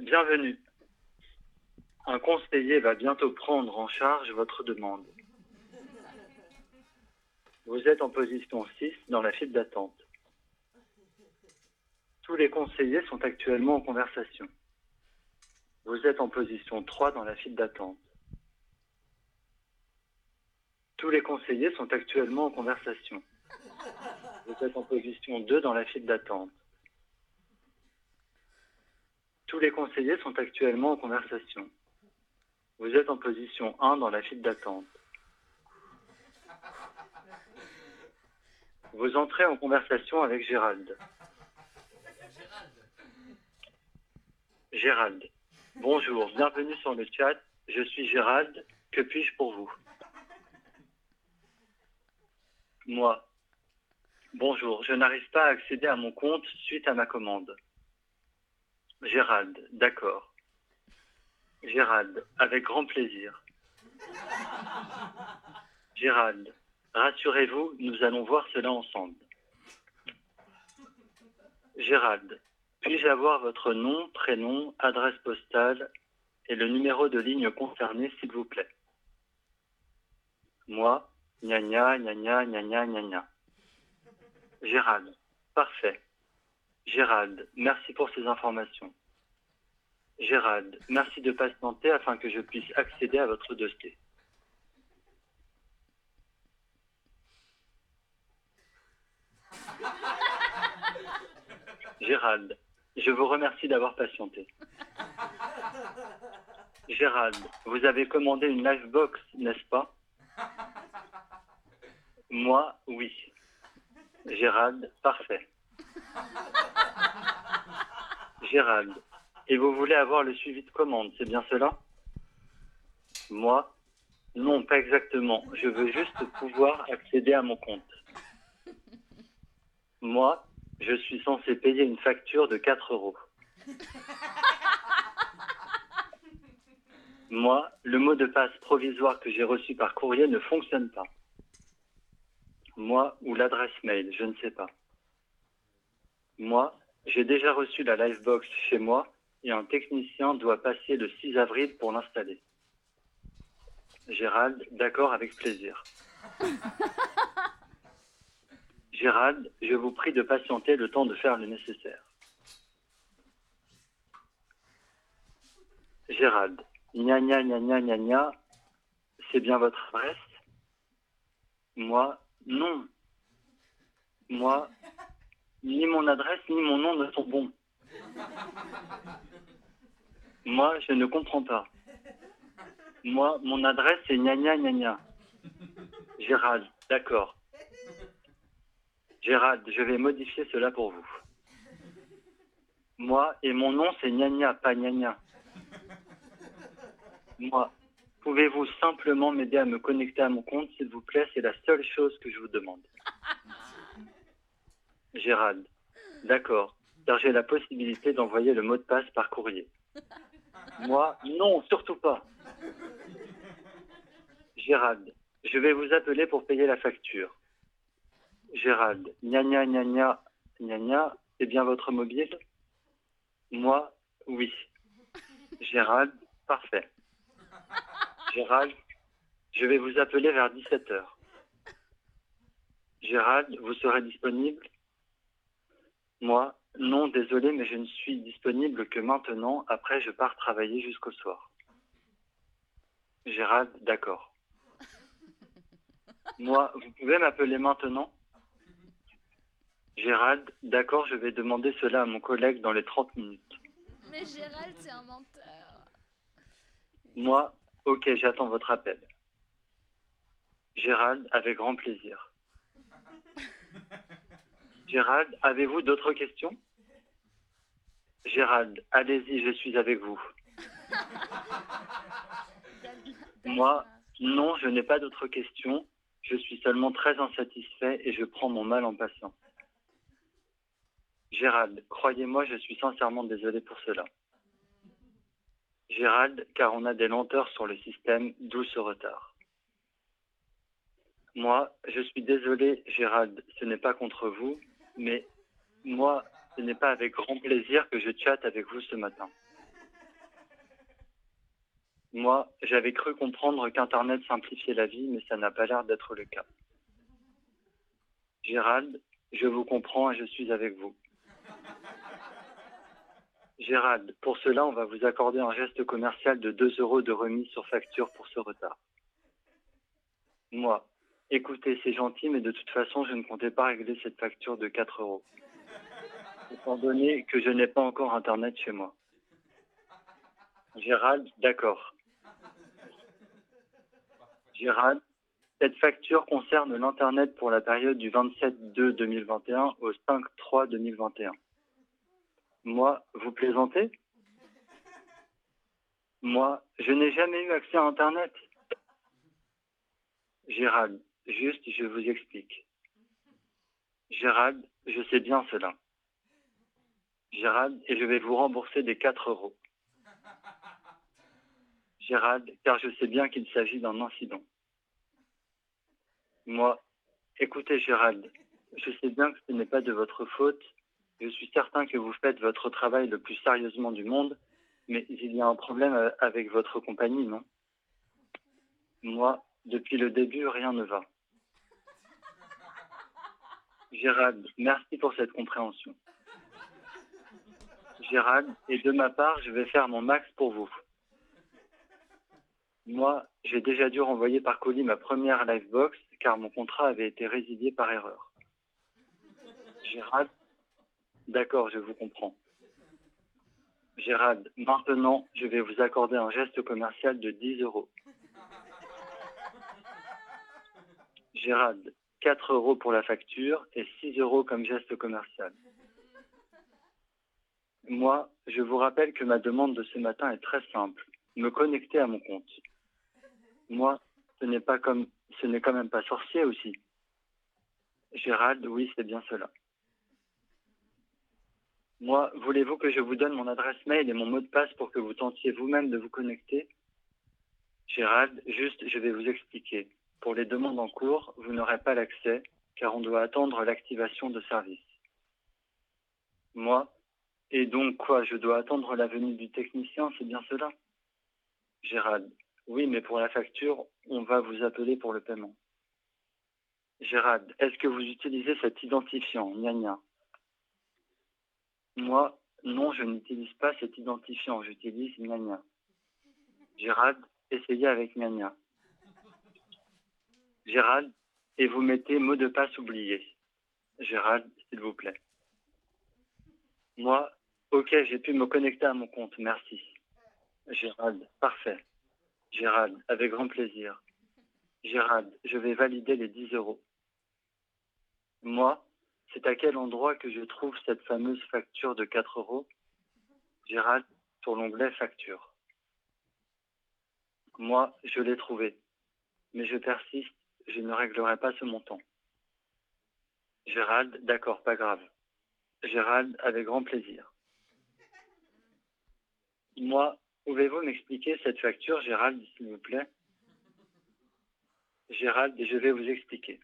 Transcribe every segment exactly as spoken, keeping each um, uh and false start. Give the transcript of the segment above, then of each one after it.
Bienvenue. Un conseiller va bientôt prendre en charge votre demande. Vous êtes en position six dans la file d'attente. Tous les conseillers sont actuellement en conversation. Vous êtes en position trois dans la file d'attente. Tous les conseillers sont actuellement en conversation. Vous êtes en position deux dans la file d'attente. Tous les conseillers sont actuellement en conversation. Vous êtes en position un dans la file d'attente. Vous entrez en conversation avec Gérald. Gérald. Bonjour, bienvenue sur le chat. Je suis Gérald. Que puis-je pour vous? Moi. Bonjour, je n'arrive pas à accéder à mon compte suite à ma commande. Gérald. D'accord. Gérald. Avec grand plaisir. Gérald. Rassurez-vous, nous allons voir cela ensemble. Gérald. Puis-je avoir votre nom, prénom, adresse postale et le numéro de ligne concerné, s'il vous plaît? Moi, gna gna, gna gna, gna gna, gna gna. Gérald. Parfait. Gérald, merci pour ces informations. Gérald, merci de patienter afin que je puisse accéder à votre dossier. Gérald, je vous remercie d'avoir patienté. Gérald, vous avez commandé une Livebox, n'est-ce pas? Moi, oui. Gérald, parfait. Gérald, et vous voulez avoir le suivi de commande, c'est bien cela? Moi, non, pas exactement. Je veux juste pouvoir accéder à mon compte. Moi, je suis censé payer une facture de quatre euros. Moi, le mot de passe provisoire que j'ai reçu par courrier ne fonctionne pas. Moi, ou l'adresse mail, je ne sais pas. Moi, j'ai déjà reçu la Livebox chez moi et un technicien doit passer le six avril pour l'installer. Gérald, d'accord, avec plaisir. Gérald, je vous prie de patienter le temps de faire le nécessaire. Gérald, gna gna gna gna gna gna, c'est bien votre adresse? Moi, non. Moi, ni mon adresse ni mon nom ne sont bons. Moi, je ne comprends pas. Moi, mon adresse est gna gna gna gna. Gérald, d'accord. Gérald, je vais modifier cela pour vous. Moi, et mon nom, c'est gna gna, pas gna gna. Moi, pouvez-vous simplement m'aider à me connecter à mon compte, s'il vous plaît? C'est la seule chose que je vous demande. Gérald, d'accord, car j'ai la possibilité d'envoyer le mot de passe par courrier. Moi, non, surtout pas. Gérald, je vais vous appeler pour payer la facture. Gérald, gna gna gna gna gna gna, c'est bien votre mobile? Moi, oui. Gérald, parfait. Gérald, je vais vous appeler vers dix-sept heures. Gérald, vous serez disponible? Moi, non, désolé, mais je ne suis disponible que maintenant. Après, je pars travailler jusqu'au soir. Gérald, d'accord. Moi, vous pouvez m'appeler maintenant? Gérald, d'accord, je vais demander cela à mon collègue dans les trente minutes. Mais Gérald, c'est un menteur. Moi, ok, j'attends votre appel. Gérald, avec grand plaisir. Gérald, avez-vous d'autres questions? Gérald, allez-y, je suis avec vous. Moi, non, je n'ai pas d'autres questions. Je suis seulement très insatisfait et je prends mon mal en patience. Gérald, croyez-moi, je suis sincèrement désolé pour cela. Gérald, car on a des lenteurs sur le système, d'où ce retard. Moi, je suis désolé, Gérald, ce n'est pas contre vous, mais moi, ce n'est pas avec grand plaisir que je chatte avec vous ce matin. Moi, j'avais cru comprendre qu'Internet simplifiait la vie, mais ça n'a pas l'air d'être le cas. Gérald, je vous comprends et je suis avec vous. Gérald, pour cela, on va vous accorder un geste commercial de deux euros de remise sur facture pour ce retard. Moi, écoutez, c'est gentil, mais de toute façon, je ne comptais pas régler cette facture de quatre euros. Étant donné que je n'ai pas encore Internet chez moi. Gérald, d'accord. Gérald, cette facture concerne l'Internet pour la période du vingt-sept deux deux mille vingt et un au cinq trois deux mille vingt et un. Moi, vous plaisantez? Moi, je n'ai jamais eu accès à Internet. Gérald, juste, je vous explique. Gérald, je sais bien cela. Gérald, et je vais vous rembourser des quatre euros. Gérald, car je sais bien qu'il s'agit d'un incident. Moi, écoutez Gérald, je sais bien que ce n'est pas de votre faute. Je suis certain que vous faites votre travail le plus sérieusement du monde, mais il y a un problème avec votre compagnie, non? Moi, depuis le début, rien ne va. Gérald, merci pour cette compréhension. Gérald, et de ma part, je vais faire mon max pour vous. Moi, j'ai déjà dû renvoyer par colis ma première Livebox car mon contrat avait été résilié par erreur. Gérald, d'accord, je vous comprends. Gérald, maintenant, je vais vous accorder un geste commercial de dix euros. Gérald, quatre euros pour la facture et six euros comme geste commercial. Moi, je vous rappelle que ma demande de ce matin est très simple. Me connecter à mon compte. Moi, ce n'est pas comme, ce n'est quand même pas sorcier aussi. Gérald, oui, c'est bien cela. Moi, voulez-vous que je vous donne mon adresse mail et mon mot de passe pour que vous tentiez vous-même de vous connecter? Gérald, juste, je vais vous expliquer. Pour les demandes en cours, vous n'aurez pas l'accès, car on doit attendre l'activation de service. Moi, et donc quoi, je dois attendre la venue du technicien, c'est bien cela? Gérald, oui, mais pour la facture, on va vous appeler pour le paiement. Gérald, est-ce que vous utilisez cet identifiant, gna gna? Moi, non, je n'utilise pas cet identifiant, j'utilise gna gna. Gérald, essayez avec gna gna. Gérald, et vous mettez mot de passe oublié. Gérald, s'il vous plaît. Moi, ok, j'ai pu me connecter à mon compte, merci. Gérald, parfait. Gérald, avec grand plaisir. Gérald, je vais valider les dix euros. Moi, c'est à quel endroit que je trouve cette fameuse facture de quatre euros? Gérald, sur l'onglet facture. Moi, je l'ai trouvée. Mais je persiste, je ne réglerai pas ce montant. Gérald, d'accord, pas grave. Gérald, avec grand plaisir. Moi, pouvez-vous m'expliquer cette facture, Gérald, s'il vous plaît? Gérald, je vais vous expliquer.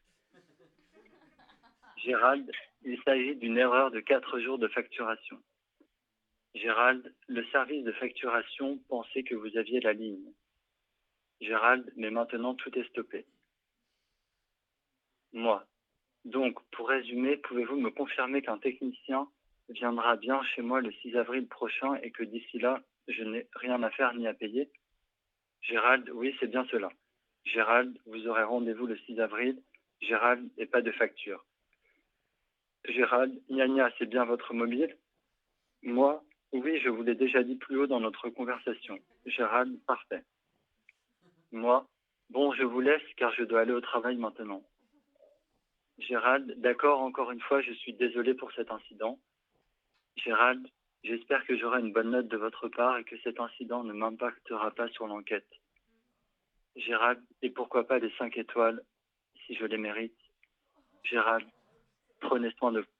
Gérald, il s'agit d'une erreur de quatre jours de facturation. Gérald, le service de facturation pensait que vous aviez la ligne. Gérald, mais maintenant tout est stoppé. Moi. Donc, pour résumer, pouvez-vous me confirmer qu'un technicien viendra bien chez moi le six avril prochain et que d'ici là, je n'ai rien à faire ni à payer? Gérald, oui, c'est bien cela. Gérald, vous aurez rendez-vous le six avril. Gérald, et pas de facture. Gérald, gna gna, c'est bien votre mobile? Moi, oui, je vous l'ai déjà dit plus haut dans notre conversation. Gérald, parfait. Moi, bon, je vous laisse car je dois aller au travail maintenant. Gérald, d'accord, encore une fois, je suis désolé pour cet incident. Gérald, j'espère que j'aurai une bonne note de votre part et que cet incident ne m'impactera pas sur l'enquête. Gérald, et pourquoi pas les cinq étoiles, si je les mérite. Gérald, prenez soin de vous.